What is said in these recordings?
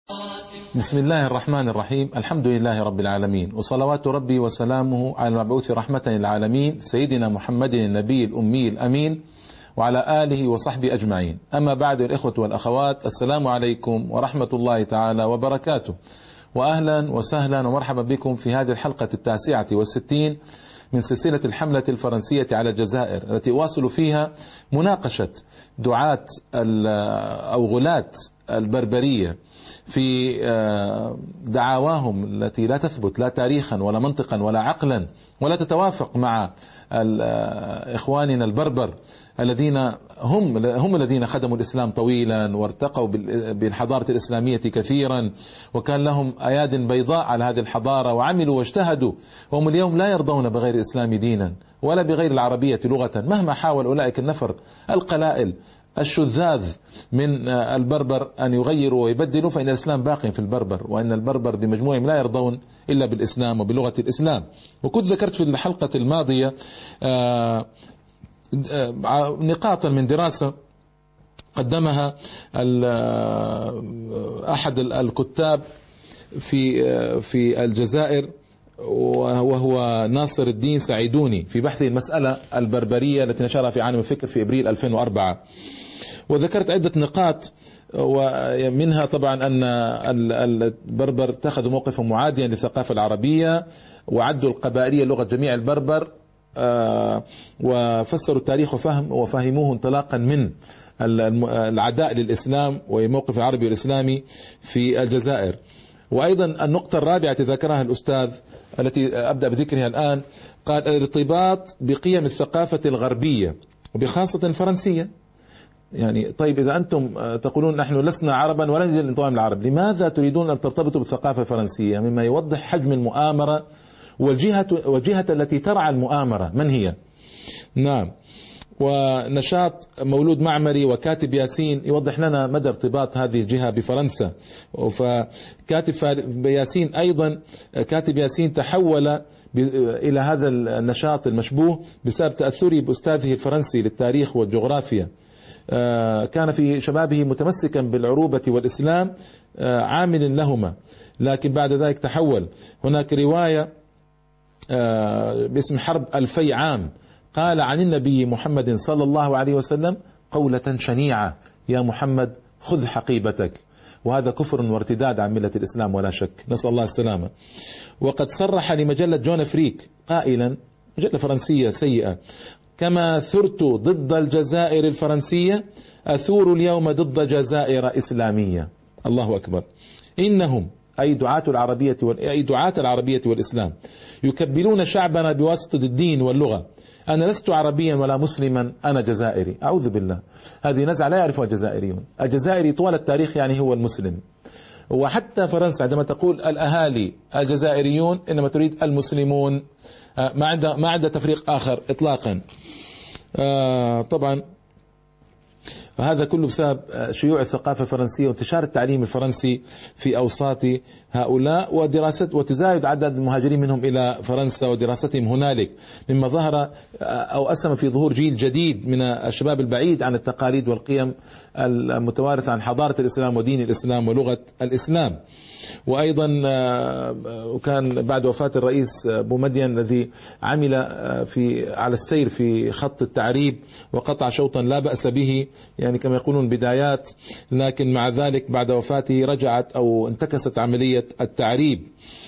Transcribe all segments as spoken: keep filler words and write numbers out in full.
بسم الله الرحمن الرحيم. الحمد لله رب العالمين، وصلوات ربي وسلامه على المبعوث رحمة للعالمين سيدنا محمد النبي الأمي الأمين وعلى آله وصحبه أجمعين. أما بعد، الإخوة والأخوات، السلام عليكم ورحمة الله تعالى وبركاته، وأهلا وسهلا ومرحبا بكم في هذه الحلقة التاسعة والستين من سلسلة الحملة الفرنسية على الجزائر، التي أواصل فيها مناقشة دعاة أو غلاة البربرية في دعاواهم التي لا تثبت لا تاريخا ولا منطقا ولا عقلا، ولا تتوافق مع إخواننا البربر الذين هم هم الذين خدموا الإسلام طويلا وارتقوا بالحضارة الإسلامية كثيرا، وكان لهم أياد بيضاء على هذه الحضارة وعملوا واجتهدوا، وهم اليوم لا يرضون بغير الإسلام دينا ولا بغير العربية لغة، مهما حاول أولئك النفر القلائل الشذاذ من البربر أن يغيروا ويبدلوا، فإن الإسلام باق في البربر، وأن البربر بمجموعهم لا يرضون إلا بالإسلام وبلغة الإسلام. وكنت ذكرت في الحلقة الماضية نقاطا من دراسة قدمها أحد الكتاب في في الجزائر، وهو ناصر الدين سعيدوني، في بحث المسألة البربرية التي نشرها في عالم الفكر في إبريل ألفين وأربعة. وذكرت عدة نقاط، ومنها طبعا أن البربر اتخذوا موقفا معاديا للثقافة العربية، وعدوا القبائلية لغة جميع البربر، وفسروا التاريخ وفهم وفهموه انطلاقا من العداء للإسلام والموقف العربي والإسلامي في الجزائر. وأيضا النقطة الرابعة ذكرها الأستاذ التي أبدأ بذكرها الآن، قال الارتباط بقيم الثقافة الغربية وبخاصة الفرنسية. يعني طيب، إذا أنتم تقولون نحن لسنا عربا ولا نريد الانضمام العرب، لماذا تريدون أن ترتبطوا بالثقافة الفرنسية؟ مما يوضح حجم المؤامرة والجهة والجهة التي ترعى المؤامرة من هي. نعم. ونشاط مولود معمري وكاتب ياسين يوضح لنا مدى ارتباط هذه الجهة بفرنسا. فكاتب ياسين أيضا كاتب ياسين تحول إلى هذا النشاط المشبوه بسبب تأثره بأستاذه الفرنسي للتاريخ والجغرافيا. كان في شبابه متمسكا بالعروبة والإسلام عامل لهما، لكن بعد ذلك تحول. هناك رواية باسم حرب ألفي عام قال عن النبي محمد صلى الله عليه وسلم قولة شنيعة: يا محمد خذ حقيبتك. وهذا كفر وارتداد عن ملة الإسلام ولا شك، نسأل الله السلامة. وقد صرح لمجلة جون فريك قائلا، مجلة فرنسية سيئة: كما ثرت ضد الجزائر الفرنسية أثور اليوم ضد جزائر إسلامية. الله أكبر. إنهم أي دعاة العربية أي دعاة العربية والإسلام يكبلون شعبنا بواسطة الدين واللغة. أنا لست عربيا ولا مسلما، أنا جزائري. أعوذ بالله، هذه نزعة لا يعرفها الجزائريون. الجزائري طوال التاريخ يعني هو المسلم. وحتى فرنسا عندما تقول الأهالي الجزائريون إنما تريد المسلمون، ما عندها ما عندها تفريق آخر إطلاقا. طبعا وهذا كله بسبب شيوع الثقافة الفرنسية وانتشار التعليم الفرنسي في أوساط هؤلاء، ودراسة وتزايد عدد المهاجرين منهم إلى فرنسا ودراستهم هنالك، مما ظهر أو أسهم في ظهور جيل جديد من الشباب البعيد عن التقاليد والقيم المتوارثة عن حضارة الإسلام ودين الإسلام ولغة الإسلام. وأيضا وكان بعد وفاة الرئيس بومدين الذي عمل في على السير في خط التعريب وقطع شوطا لا بأس به، يعني كما يقولون بدايات، لكن مع ذلك بعد وفاته رجعت أو انتكست عملية التعريب،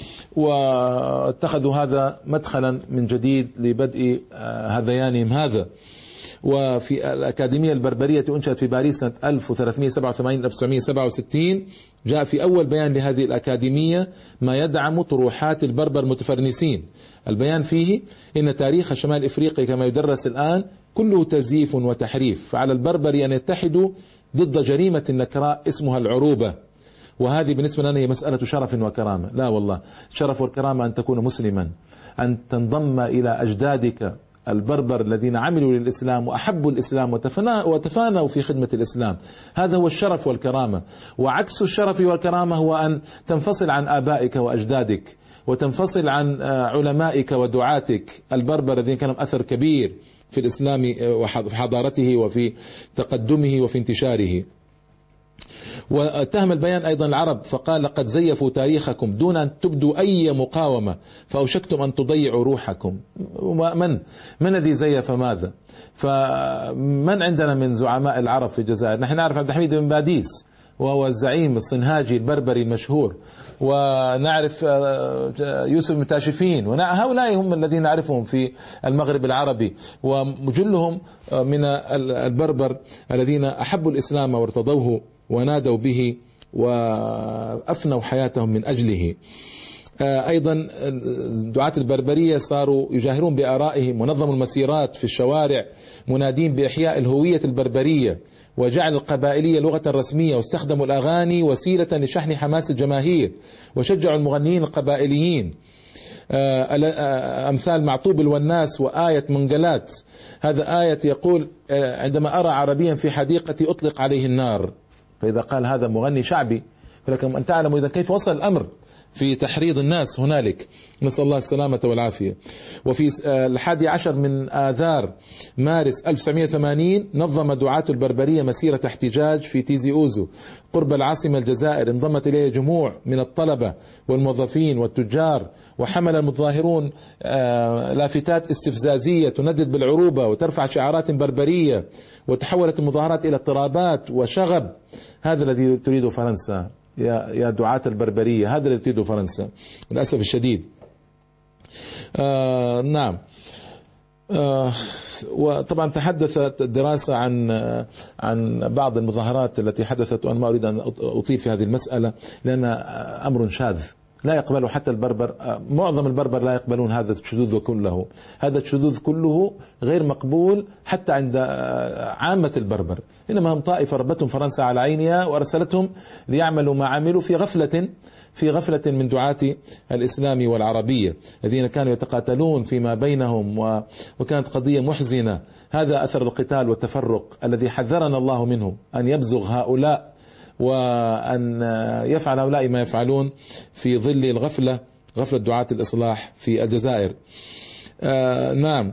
واتخذوا هذا مدخلا من جديد لبدء هذيانهم هذا. وفي الأكاديمية البربرية أنشأت في باريس سنة ألف وثلاثمئة وسبعة وثمانين إلى ألف وتسعمئة وسبعة وستين، جاء في أول بيان لهذه الأكاديمية ما يدعم طروحات البربر المتفرنسين. البيان فيه إن تاريخ شمال إفريقيا كما يدرس الآن كله تزييف وتحريف، فعلى البربر أن يتحدوا ضد جريمة نكراء اسمها العروبة، وهذه بالنسبة لنا هي مسألة شرف وكرامة. لا والله، شرف والكرامة أن تكون مسلما، أن تنضم إلى أجدادك البربر الذين عملوا للإسلام وأحبوا الإسلام وتفانوا في خدمة الإسلام. هذا هو الشرف والكرامة. وعكس الشرف والكرامة هو أن تنفصل عن آبائك وأجدادك وتنفصل عن علمائك ودعاتك البربر الذين كانوا أثر كبير في الإسلام وفي حضارته وفي تقدمه وفي انتشاره. واتهم البيان أيضا العرب فقال لقد زيفوا تاريخكم دون أن تبدوا أي مقاومة فأوشكتم أن تضيعوا روحكم. من من الذي زيف ماذا؟ فمن عندنا من زعماء العرب في الجزائر؟ نحن نعرف عبد الحميد بن باديس وهو الزعيم الصنهاجي البربري المشهور، ونعرف يوسف المتاشفين، وهؤلاء هم الذين نعرفهم في المغرب العربي، وجلهم من البربر الذين أحبوا الإسلام وارتضوه ونادوا به وأفنوا حياتهم من أجله. أيضا دعاة البربرية صاروا يجاهرون بآرائهم ونظموا المسيرات في الشوارع منادين بإحياء الهوية البربرية وجعل القبائلية لغة رسمية، واستخدموا الأغاني وسيلة لشحن حماس الجماهير، وشجعوا المغنيين القبائليين أمثال معطوب الوناس وآية منقلات. هذا آية يقول عندما أرى عربيا في حديقتي أطلق عليه النار. فإذا قال هذا مغني شعبي، ولكن أن تعلموا إذا كيف وصل الأمر في تحريض الناس هنالك، نسأل الله السلامة والعافية. وفي الحادي عشر من آذار مارس ألف وتسعمائة وثمانين نظم دعاة البربرية مسيرة احتجاج في تيزي أوزو قرب العاصمة الجزائر، انضمت إليه جموع من الطلبة والموظفين والتجار، وحمل المتظاهرون لافتات استفزازية تندد بالعروبة وترفع شعارات بربرية، وتحولت المظاهرات إلى اضطرابات وشغب. هذا الذي تريده فرنسا يا يا دعاة البربرية، هذا الذي تريده فرنسا للأسف الشديد. آه نعم. آه وطبعا تحدثت الدراسة عن عن بعض المظاهرات التي حدثت، وأنا ما أريد أن أطيل في هذه المسألة لأنها أمر شاذ لا يقبله حتى البربر. معظم البربر لا يقبلون هذا الشذوذ كله، هذا الشذوذ كله غير مقبول حتى عند عامة البربر، إنما هم طائفة ربتهم فرنسا على عينها وأرسلتهم ليعملوا ما عملوا في غفلة في غفلة من دعاة الإسلام والعربية الذين كانوا يتقاتلون فيما بينهم، وكانت قضية محزنة. هذا أثر القتال والتفرق الذي حذرنا الله منه، أن يبزغ هؤلاء وأن يفعل هؤلاء ما يفعلون في ظل الغفلة، غفلة دعاة الإصلاح في الجزائر. آه نعم.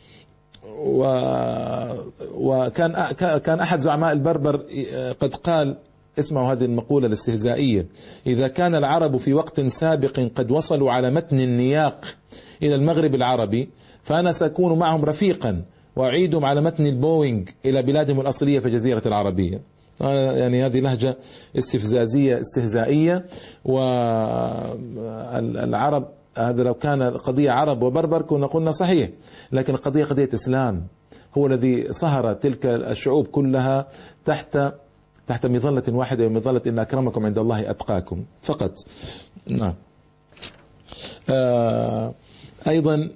وكان كان أحد زعماء البربر قد قال، اسمعوا هذه المقولة الاستهزائية: إذا كان العرب في وقت سابق قد وصلوا على متن النياق إلى المغرب العربي، فأنا سأكون معهم رفيقا وأعيدهم على متن البوينغ إلى بلادهم الأصلية في الجزيرة العربية. يعني هذه لهجة استفزازية استهزائية. والعرب هذا لو كان قضية عرب وبربر كنا قلنا صحيح، لكن القضية قضية إسلام هو الذي صهر تلك الشعوب كلها تحت تحت مظلة واحدة، ومظلة إن أكرمكم عند الله أتقاكم فقط. نعم. آه أيضا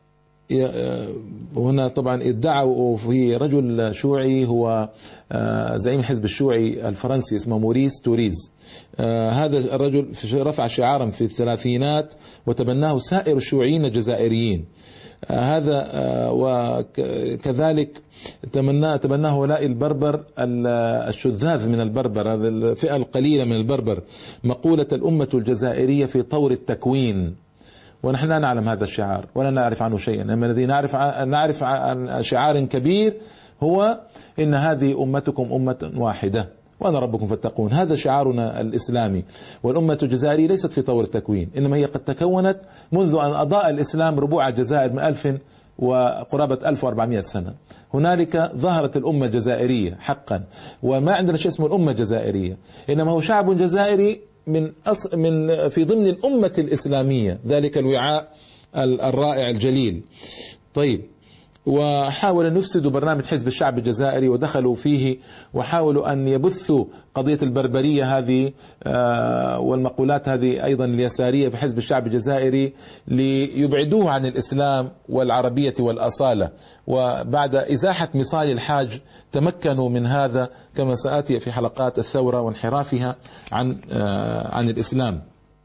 هنا طبعا ادعوا في رجل شيوعي هو زعيم الحزب الشيوعي الفرنسي اسمه موريس توريز. هذا الرجل رفع شعارا في الثلاثينات وتبناه سائر الشيوعيين الجزائريين. هذا وكذلك تمناه تبناه هؤلاء البربر الشذاذ من البربر، هذه الفئة القليلة من البربر، مقولة الأمة الجزائرية في طور التكوين. ونحن لا نعلم هذا الشعار ولا نعرف عنه شيئا، أما الذي نعرف نعرف عن شعار كبير هو إن هذه أمتكم أمة واحدة وأنا ربكم فاتقون. هذا شعارنا الإسلامي. والأمة الجزائرية ليست في طور التكوين، إنما هي قد تكونت منذ أن أضاء الإسلام ربوع الجزائر من ألف وقرابة ألف وأربعمائة سنة. هنالك ظهرت الأمة الجزائرية حقا، وما عندنا شيء اسمه الأمة الجزائرية، إنما هو شعب جزائري من أص... من في ضمن الأمة الإسلامية، ذلك الوعاء الرائع الجليل. طيب، وحاولوا أن يفسدوا برنامج حزب الشعب الجزائري ودخلوا فيه وحاولوا أن يبثوا قضية البربرية هذه والمقولات هذه أيضا اليسارية في حزب الشعب الجزائري ليبعدوه عن الإسلام والعربية والأصالة. وبعد إزاحة مصال الحاج تمكنوا من هذا، كما سآتي في حلقات الثورة وانحرافها عن عن الإسلام.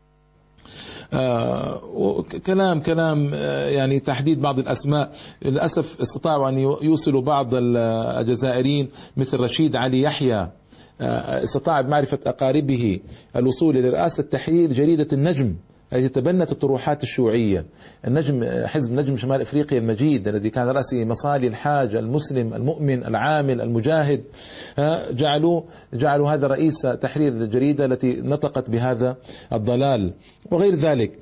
آه كلام كلام آه يعني تحديد بعض الأسماء. للأسف استطاعوا أن يوصلوا بعض الجزائريين مثل رشيد علي يحيى، آه استطاع بمعرفة أقاربه الوصول إلى رئاسة تحرير جريدة النجم التي تبنت الطروحات الشيوعية. النجم حزب نجم شمال افريقيا المجيد الذي كان رأسه مصالي الحاج المسلم المؤمن العامل المجاهد، جعلوا جعلوا هذا رئيس تحرير الجريدة التي نطقت بهذا الضلال وغير ذلك.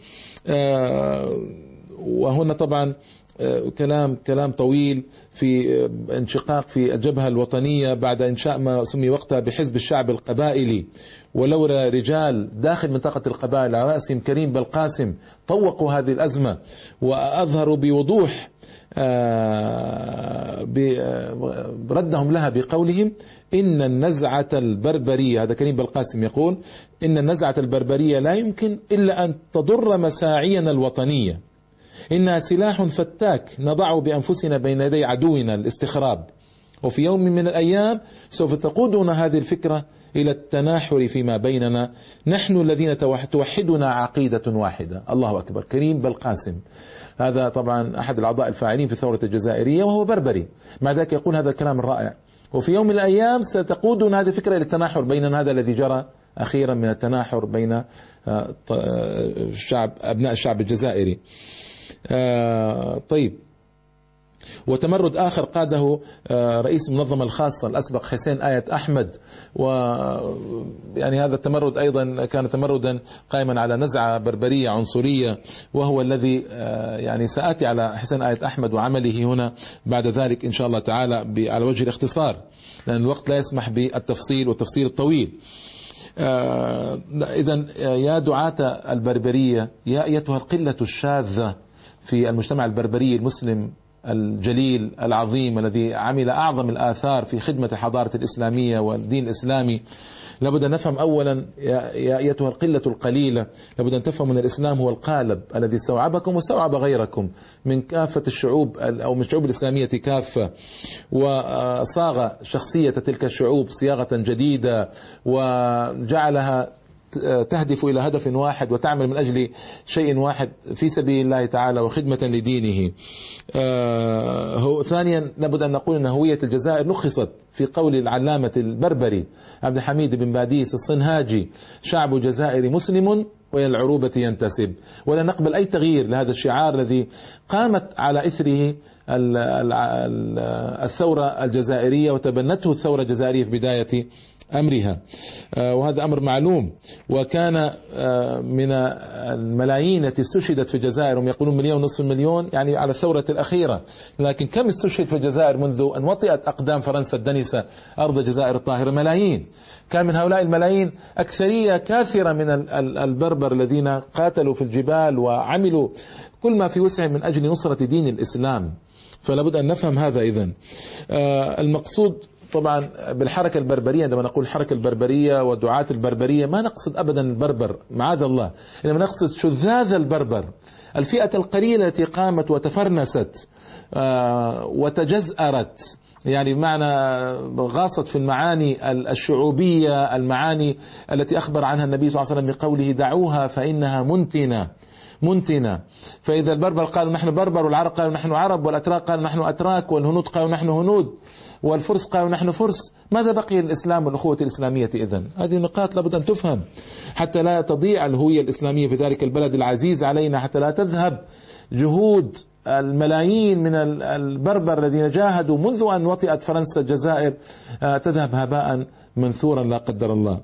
وهنا طبعا كلام كلام طويل في انشقاق في الجبهة الوطنية بعد إنشاء ما سمي وقتها بحزب الشعب القبائلي، ولولا رجال داخل منطقة القبائل على رأسهم كريم بالقاسم طوقوا هذه الأزمة وأظهروا بوضوح ردهم لها بقولهم إن النزعة البربرية، هذا كريم بالقاسم يقول إن النزعة البربرية لا يمكن إلا أن تضر مساعينا الوطنية، إنها سلاح فتاك نضعه بأنفسنا بين يدي عدونا الاستخراب، وفي يوم من الأيام سوف تقودنا هذه الفكرة إلى التناحر فيما بيننا، نحن الذين توحدنا عقيدة واحدة. الله أكبر. كريم بالقاسم هذا طبعا أحد الأعضاء الفاعلين في الثورة الجزائرية وهو بربري، مع ذلك يقول هذا الكلام الرائع، وفي يوم من الأيام ستقودنا هذه الفكرة إلى التناحر بيننا، هذا الذي جرى أخيرا من التناحر بين الشعب أبناء الشعب الجزائري. آه طيب. وتمرد آخر قاده آه رئيس المنظمة الخاصة الأسبق حسين آية أحمد، ويعني هذا التمرد أيضا كان تمردا قائما على نزعة بربرية عنصرية، وهو الذي آه يعني سآتي على حسين آية أحمد وعمله هنا بعد ذلك إن شاء الله تعالى على وجه الاختصار، لأن الوقت لا يسمح بالتفصيل والتفصيل الطويل. آه إذن يا دعاة البربرية، يا أيتها القلة الشاذة في المجتمع البربري المسلم الجليل العظيم الذي عمل أعظم الآثار في خدمة الحضارة الإسلامية والدين الإسلامي، لابد أن نفهم أولا يا أيتها القلة القليلة، لابد أن تفهم أن الإسلام هو القالب الذي استوعبكم واستوعب غيركم من كافة الشعوب أو من الشعوب الإسلامية كافة، وصاغ شخصية تلك الشعوب صياغة جديدة وجعلها تهدف إلى هدف واحد وتعمل من أجل شيء واحد في سبيل الله تعالى وخدمة لدينه. آه هو ثانيا لابد أن نقول أن هوية الجزائر لخصت في قول العلامة البربري عبد الحميد بن باديس الصنهاجي: شعب جزائري مسلم وإلى العروبة ينتسب. ولا نقبل أي تغيير لهذا الشعار الذي قامت على إثره الثورة الجزائرية وتبنته الثورة الجزائرية في بداية أمرها، وهذا أمر معلوم. وكان من الملايين التي استشهدت في الجزائر، هم يقولون مليون نصف المليون يعني على الثورة الأخيرة، لكن كم استشهد في الجزائر منذ أن وطئت أقدام فرنسا الدنسة أرض الجزائر الطاهرة؟ ملايين. كان من هؤلاء الملايين أكثرية كاثرة من البربر الذين قاتلوا في الجبال وعملوا كل ما في وسعهم من أجل نصرة دين الإسلام. فلا بد أن نفهم هذا. إذن المقصود طبعا بالحركة البربرية، عندما نقول الحركة البربرية ودعاة البربرية ما نقصد أبدا البربر معاذ الله، إنما نقصد شذاذ البربر، الفئة القليلة التي قامت وتفرنست وتجزأرت، يعني بمعنى غاصت في المعاني الشعوبية، المعاني التي أخبر عنها النبي صلى الله عليه وسلم بقوله: دعوها فإنها منتنة منتنة. فإذا البربر قالوا نحن بربر، والعرب قالوا نحن عرب، والأتراك قالوا نحن أتراك، والهنود قالوا نحن هنود، والفرس قالوا نحن فرس، ماذا بقي الإسلام والأخوة الإسلامية؟ إذن هذه النقاط لابد أن تفهم حتى لا تضيع الهوية الإسلامية في ذلك البلد العزيز علينا، حتى لا تذهب جهود الملايين من البربر الذين جاهدوا منذ أن وطئت فرنسا الجزائر تذهب هباء منثورا لا قدر الله.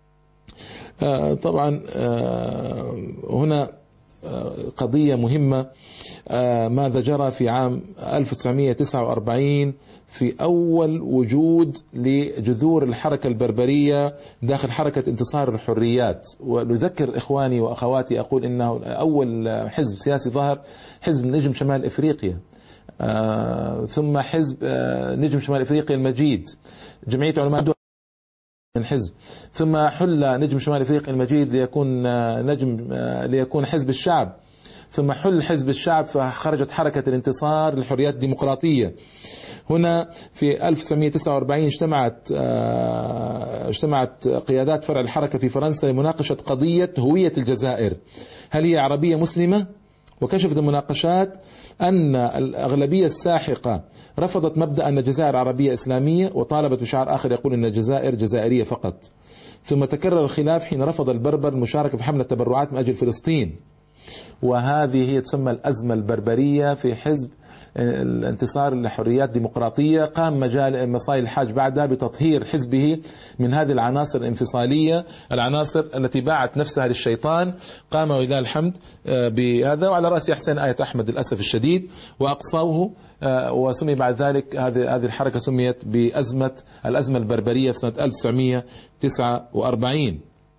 طبعا هنا قضية مهمة، ماذا جرى في عام ألف وتسعمئة وتسعة وأربعين في أول وجود لجذور الحركة البربرية داخل حركة انتصار الحريات. ونذكر إخواني وأخواتي أقول إنه أول حزب سياسي ظهر حزب نجم شمال إفريقيا، ثم حزب نجم شمال إفريقيا المجيد، جمعية علماء من حزب، ثم حل نجم شمال افريقيا المجيد ليكون نجم ليكون حزب الشعب، ثم حل حزب الشعب فخرجت حركة الانتصار للحريات الديمقراطية. هنا في ألف وتسعمئة وتسعة وأربعين اجتمعت اجتمعت قيادات فرع الحركة في فرنسا لمناقشة قضية هوية الجزائر، هل هي عربية مسلمة؟ وكشفت المناقشات أن الأغلبية الساحقة رفضت مبدأ أن الجزائر عربية إسلامية، وطالبت بشعار آخر يقول أن الجزائر جزائرية فقط. ثم تكرر الخلاف حين رفض البربر المشاركة في حملة تبرعات من أجل فلسطين، وهذه هي تسمى الأزمة البربرية في حزب الانتصار للحريات الديمقراطية. قام مجال مصاي الحاج بعدها بتطهير حزبه من هذه العناصر الانفصالية، العناصر التي باعت نفسها للشيطان. قام ولله الحمد بهذا، وعلى رأس حسين آية أحمد للأسف الشديد، وأقصوه، وسمي بعد ذلك هذه هذه الحركة سميت بأزمة الأزمة البربرية في سنة ألف وتسعمئة وتسعة وأربعين.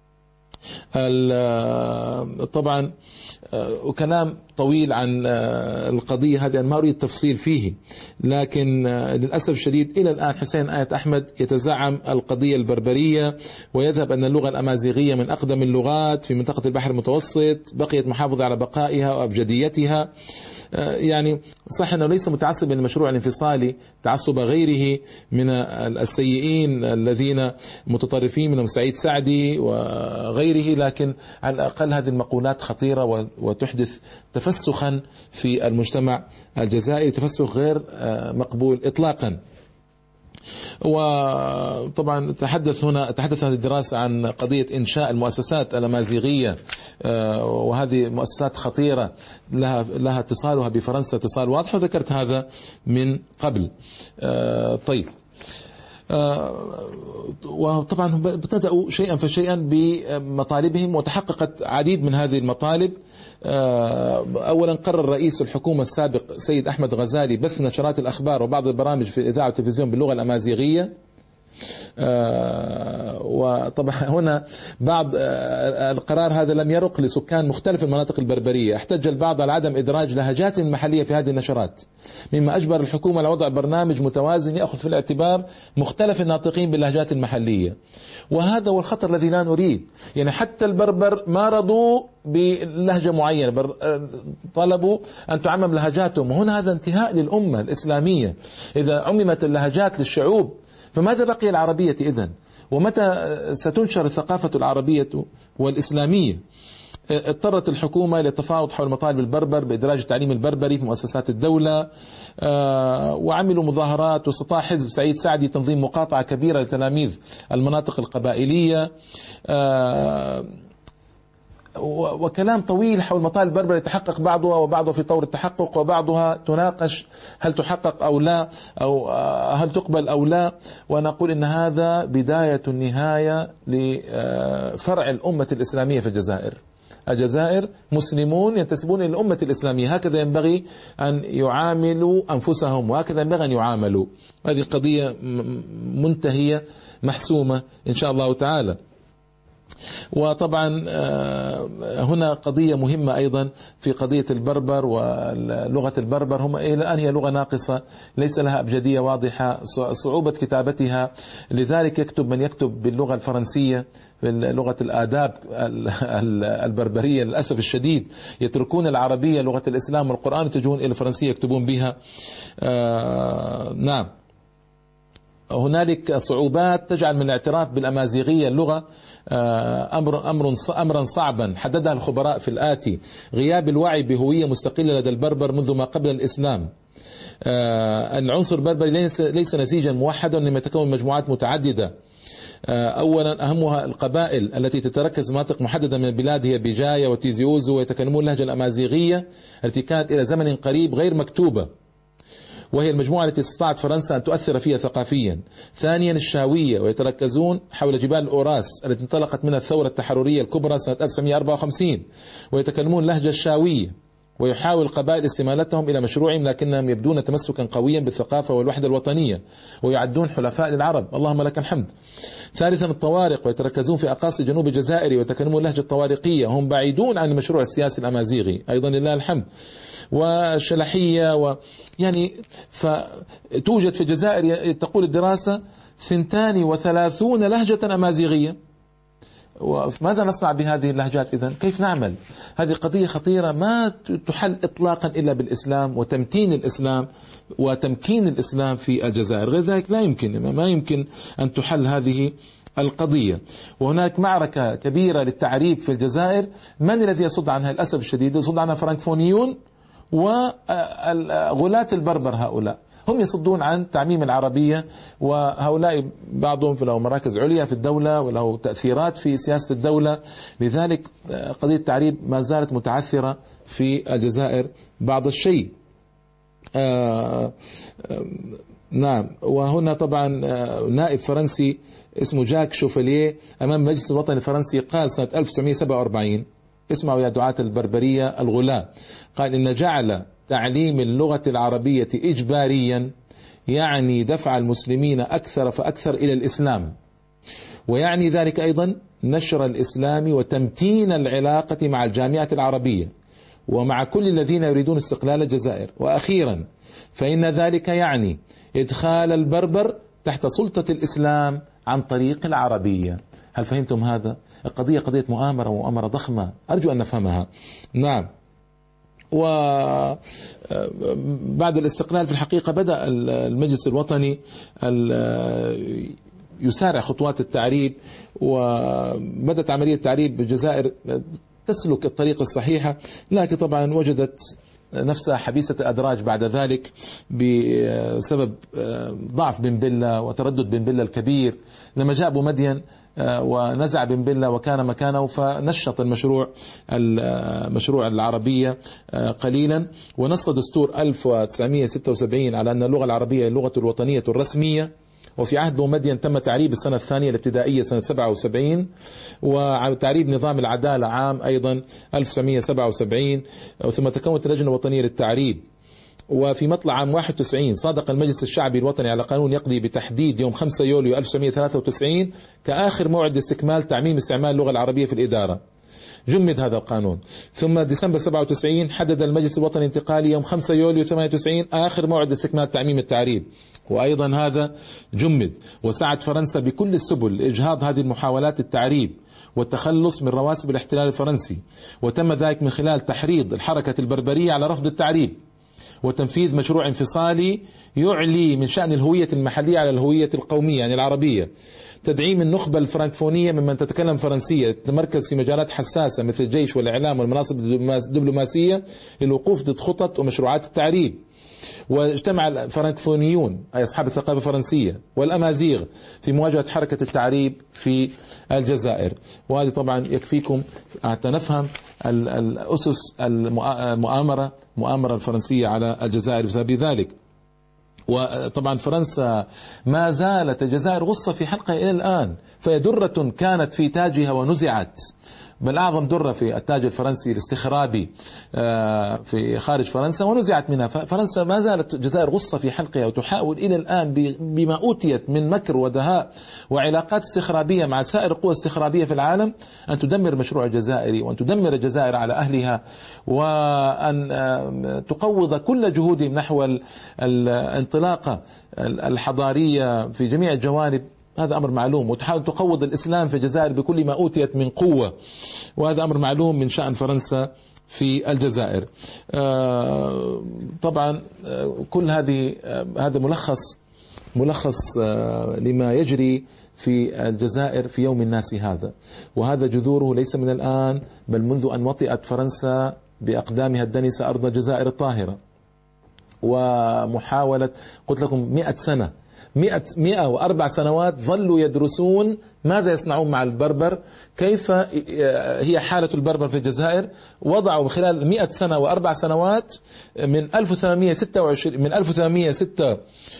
طبعا وكلام طويل عن القضية هذه، أنا ما أريد التفصيل فيه، لكن للأسف الشديد إلى الآن حسين آية أحمد يتزعم القضية البربرية، ويذهب أن اللغة الأمازيغية من أقدم اللغات في منطقة البحر المتوسط، بقيت محافظة على بقائها وأبجديتها. يعني صح أنه ليس متعصبا للمشروع الانفصالي تعصب غيره من السيئين الذين متطرفين منهم سعيد سعدي وغيره، لكن على الأقل هذه المقولات خطيرة وتحدث تفسخا في المجتمع الجزائري، تفسخ غير مقبول إطلاقا. وطبعا تحدث هنا تحدث هذه الدراسة عن قضية إنشاء المؤسسات الأمازيغية، وهذه مؤسسات خطيرة لها لها اتصالها بفرنسا اتصال واضح، وذكرت هذا من قبل. طيب، وطبعا ابتدأوا شيئا فشيئا بمطالبهم، وتحققت عديد من هذه المطالب. أولا قرر رئيس الحكومة السابق سيد أحمد غزالي بث نشرات الأخبار وبعض البرامج في الإذاعة والتلفزيون باللغة الأمازيغية. وطبعا هنا بعض القرار هذا لم يرق لسكان مختلف المناطق البربرية. احتج البعض على عدم إدراج لهجات محلية في هذه النشرات، مما أجبر الحكومة على وضع برنامج متوازن يأخذ في الاعتبار مختلف الناطقين باللهجات المحلية. وهذا هو الخطر الذي لا نريد. يعني حتى البربر ما رضوا بلهجة معينة، طلبوا أن تعمم لهجاتهم، وهنا هذا انتهاء للأمة الإسلامية. إذا عممت اللهجات للشعوب فماذا بقي العربية إذن؟ ومتى ستنشر الثقافة العربية والإسلامية؟ اضطرت الحكومة للتفاوض حول مطالب البربر بإدراج التعليم البربري في مؤسسات الدولة، وعملوا مظاهرات، واستطاع حزب سعيد سعدي تنظيم مقاطعة كبيرة لتلاميذ المناطق القبائلية، وكلام طويل حول مطالب البربر يتحقق بعضها وبعضها في طور التحقق، وبعضها تناقش هل تحقق أو لا، أو هل تقبل أو لا. ونقول إن هذا بداية النهاية لفرع الأمة الإسلامية في الجزائر. الجزائر مسلمون ينتسبون إلى الأمة الإسلامية، هكذا ينبغي أن يعاملوا أنفسهم، وهكذا ينبغي أن يعاملوا. هذه قضية منتهية محسومة إن شاء الله تعالى. وطبعا هنا قضية مهمة أيضا في قضية البربر ولغة البربر، هم إلى الآن هي لغة ناقصة ليس لها أبجدية واضحة، صعوبة كتابتها، لذلك يكتب من يكتب باللغة الفرنسية لغة الآداب البربرية للأسف الشديد، يتركون العربية لغة الإسلام والقرآن يتجهون إلى الفرنسية يكتبون بها. نعم، هنالك صعوبات تجعل من الاعتراف بالأمازيغية اللغة أمر أمر أمرا صعبا حددها الخبراء في الآتي: غياب الوعي بهوية مستقلة لدى البربر منذ ما قبل الإسلام. العنصر البربري ليس ليس نسيجا موحدا، إنما يتكون مجموعات متعددة. أولا أهمها القبائل التي تتركز مناطق محددة من البلاد، هي بيجايا وتيزي أوزو، ويتكلمون اللهجة الأمازيغية التي كانت إلى زمن قريب غير مكتوبة، وهي المجموعة التي استطاعت فرنسا أن تؤثر فيها ثقافيا. ثانيا الشاوية، ويتركزون حول جبال الأوراس التي انطلقت منها الثورة التحررية الكبرى سنة ألف وتسعمئة وأربعة وخمسين، ويتكلمون لهجة الشاوية، ويحاول القبائل استمالتهم إلى مشروعهم، لكنهم يبدون تمسكا قويا بالثقافة والوحدة الوطنية، ويعدون حلفاء للعرب، اللهم لك الحمد. ثالثا الطوارق، ويتركزون في أقاصي جنوب الجزائر ويتكلمون لهجة الطوارقية، هم بعيدون عن المشروع السياسي الأمازيغي أيضا لله الحمد. والشلحية و يعني فتوجد في الجزائر تقول الدراسة ثنتان وثلاثون لهجة أمازيغية. وماذا نصنع بهذه اللهجات إذن؟ كيف نعمل؟ هذه قضية خطيرة ما تحل إطلاقا إلا بالإسلام وتمتين الإسلام وتمكين الإسلام في الجزائر، غير ذلك لا يمكن ما يمكن أن تحل هذه القضية. وهناك معركة كبيرة للتعريب في الجزائر، من الذي يصد عنها؟ للأسف الشديد يصد عنها فرانكفونيون وغلاة البربر هؤلاء. هم يصدون عن تعميم العربية، وهؤلاء بعضهم له مراكز عليا في الدولة وله تأثيرات في سياسة الدولة. لذلك قضية التعريب ما زالت متعثرة في الجزائر بعض الشيء. آه آه نعم. وهنا طبعا نائب فرنسي اسمه جاك شوفليه أمام المجلس الوطني الفرنسي قال سنة ألف وتسعمئة وسبعة وأربعين، اسمعوا يا دعاة البربرية الغلاة، قال إن جعل تعليم اللغة العربية إجباريا يعني دفع المسلمين أكثر فأكثر إلى الإسلام، ويعني ذلك أيضا نشر الإسلام وتمتين العلاقة مع الجامعة العربية ومع كل الذين يريدون استقلال الجزائر. وأخيرا فإن ذلك يعني إدخال البربر تحت سلطة الإسلام عن طريق العربية. هل فهمتم هذا؟ القضية قضية مؤامرة ومؤامرة ضخمة، أرجو أن نفهمها. نعم. وبعد الاستقلال في الحقيقة بدأ المجلس الوطني يسارع خطوات التعريب، وبدأت عملية التعريب بالجزائر تسلك الطريق الصحيحة، لكن طبعا وجدت نفسها حبيسة الأدراج بعد ذلك بسبب ضعف بن بلة وتردد بن بلة الكبير لما جاء أبو مدين ونزع بن بلة وكان مكانه، فنشط المشروع المشروع العربية قليلا، ونص دستور ألف وتسعمئة وستة وسبعين على أن اللغة العربية اللغة الوطنية الرسمية. وفي عهد أبو مدين تم تعريب السنة الثانية الابتدائية سنة سبعة وسبعين، وتعريب نظام العدالة عام أيضا ألف وتسعمئة وسبعة وسبعين، ثم تكونت اللجنة الوطنية للتعريب. وفي مطلع عام واحد وتسعين صادق المجلس الشعبي الوطني على قانون يقضي بتحديد يوم خمسة يوليو ألف وتسعمئة وثلاثة وتسعين كآخر موعد لاستكمال تعميم استعمال اللغة العربية في الإدارة. جمد هذا القانون. ثم ديسمبر سبعة وتسعين حدد المجلس الوطني الانتقالي يوم خمسة يوليو ثمانية وتسعين آخر موعد لاستكمال تعميم التعريب، وأيضا هذا جمد. وسعت فرنسا بكل السبل لإجهاض هذه المحاولات التعريب والتخلص من رواسب الاحتلال الفرنسي، وتم ذلك من خلال تحريض الحركة البربرية على رفض التعريب وتنفيذ مشروع انفصالي يعلي من شأن الهوية المحلية على الهوية القومية يعني العربية، تدعيم النخبة الفرنكفونية ممن تتكلم فرنسية، تتمركز في مجالات حساسة مثل الجيش والإعلام والمناصب الدبلوماسية للوقوف ضد خطط ومشروعات التعريب. واجتمع الفرنكفونيون أي أصحاب الثقافة الفرنسية والأمازيغ في مواجهة حركة التعريب في الجزائر. وهذه طبعا يكفيكم حتى نفهم الأسس المؤامرة مؤامرة الفرنسية على الجزائر بسبب ذلك. وطبعا فرنسا ما زالت الجزائر غصة في حلقها إلى الآن، فهي درة كانت في تاجها ونزعت، بل أعظم درة في التاج الفرنسي الاستخرابي في خارج فرنسا ونزعت منها. فرنسا ما زالت الجزائر غصة في حلقها وتحاول إلى الآن بما أوتيت من مكر ودهاء وعلاقات استخرابية مع سائر القوى الاستخرابية في العالم أن تدمر المشروع الجزائري وأن تدمر الجزائر على أهلها، وأن تقوض كل جهودهم نحو الانطلاقة الحضارية في جميع الجوانب. هذا أمر معلوم، وتحاول تقوض الإسلام في الجزائر بكل ما أوتيت من قوة، وهذا أمر معلوم من شأن فرنسا في الجزائر. طبعا كل هذه هذا ملخص ملخص لما يجري في الجزائر في يوم الناس هذا، وهذا جذوره ليس من الآن بل منذ أن وطئت فرنسا بأقدامها الدنسة أرض الجزائر الطاهرة، ومحاولة قلت لكم مئة سنة مئة مئة وأربع سنوات ظلوا يدرسون ماذا يصنعون مع البربر، كيف هي حالة البربر في الجزائر. وضعوا خلال مئة سنة وأربع سنوات من ألف وثمانمئة وستة وعشرين من ألف وثمانمئة وستة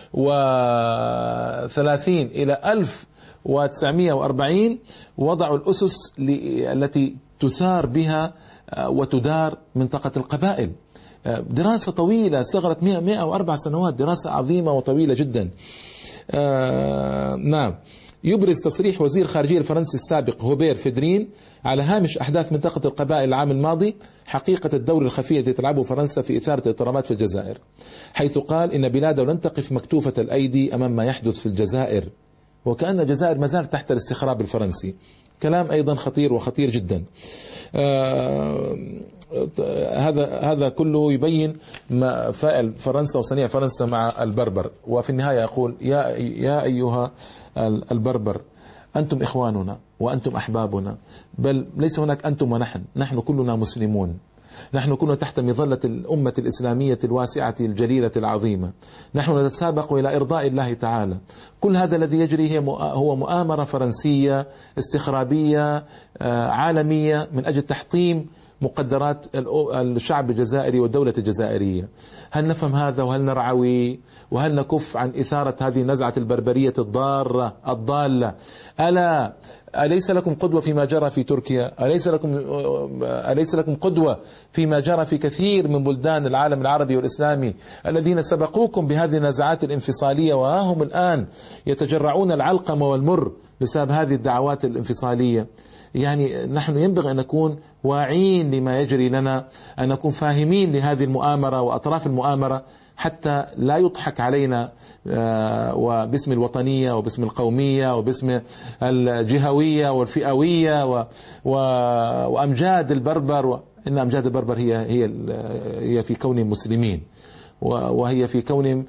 وثلاثين إلى ألف وتسعمئة وأربعين وضعوا الأسس التي تثار بها وتدار منطقة القبائل. دراسة طويلة استغرقت مئة وأربع سنوات، دراسة عظيمة وطويلة جدا. آه نعم. يبرز تصريح وزير خارجية الفرنسي السابق هوبير فيدرين على هامش أحداث منطقة القبائل العام الماضي حقيقة الدور الخفي التي تلعبه فرنسا في إثارة الاضطرابات في الجزائر، حيث قال إن بلاده لن تقف مكتوفة الأيدي أمام ما يحدث في الجزائر، وكأن الجزائر ما زالت تحت الاستخراب الفرنسي. كلام أيضا خطير وخطير جدا. آه هذا هذا كله يبين ما فعل فرنسا وصنيع فرنسا مع البربر. وفي النهاية أقول يا يا أيها البربر، أنتم إخواننا وأنتم أحبابنا، بل ليس هناك أنتم ونحن، نحن كلنا مسلمون. نحن كنا تحت مظلة الأمة الإسلامية الواسعة الجليلة العظيمة، نحن نتسابق إلى إرضاء الله تعالى. كل هذا الذي يجري هو مؤامرة فرنسية استخرابية عالمية من أجل تحطيم مقدرات الشعب الجزائري والدولة الجزائرية. هل نفهم هذا وهل نرعوي وهل نكف عن إثارة هذه النزعة البربرية الضارة الضالة؟ ألا أليس لكم قدوة فيما جرى في تركيا؟ أليس لكم أليس لكم قدوة فيما جرى في كثير من بلدان العالم العربي والإسلامي الذين سبقوكم بهذه النزعات الانفصالية، وهم الآن يتجرعون العلقم والمر بسبب هذه الدعوات الانفصالية؟ يعني نحن ينبغي أن نكون واعين لما يجري لنا، أن نكون فاهمين لهذه المؤامرة وأطراف المؤامرة، حتى لا يضحك علينا وباسم الوطنية وباسم القومية وباسم الجهوية والفئوية وأمجاد البربر. إن أمجاد البربر هي هي هي في كونهم مسلمين، وهي في كونهم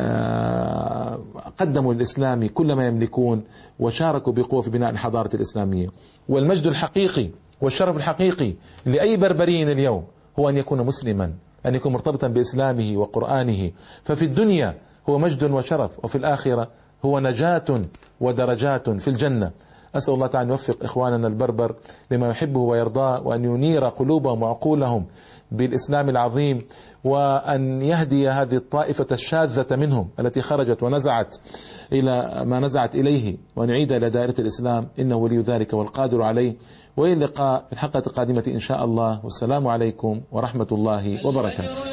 قدموا للإسلام كل ما يملكون وشاركوا بقوة في بناء الحضارة الإسلامية. والمجد الحقيقي والشرف الحقيقي لأي بربري اليوم هو أن يكون مسلما، أن يكون مرتبطا بإسلامه وقرآنه، ففي الدنيا هو مجد وشرف، وفي الآخرة هو نجاة ودرجات في الجنة. أسأل الله تعالى أن يوفق إخواننا البربر لما يحبه ويرضاه، وأن ينير قلوبهم وعقولهم بالإسلام العظيم، وأن يهدي هذه الطائفة الشاذة منهم التي خرجت ونزعت إلى ما نزعت إليه، وأن يعيد إلى دائرة الإسلام، إنه ولي ذلك والقادر عليه. وإلى اللقاء في الحلقة القادمة إن شاء الله، والسلام عليكم ورحمة الله وبركاته.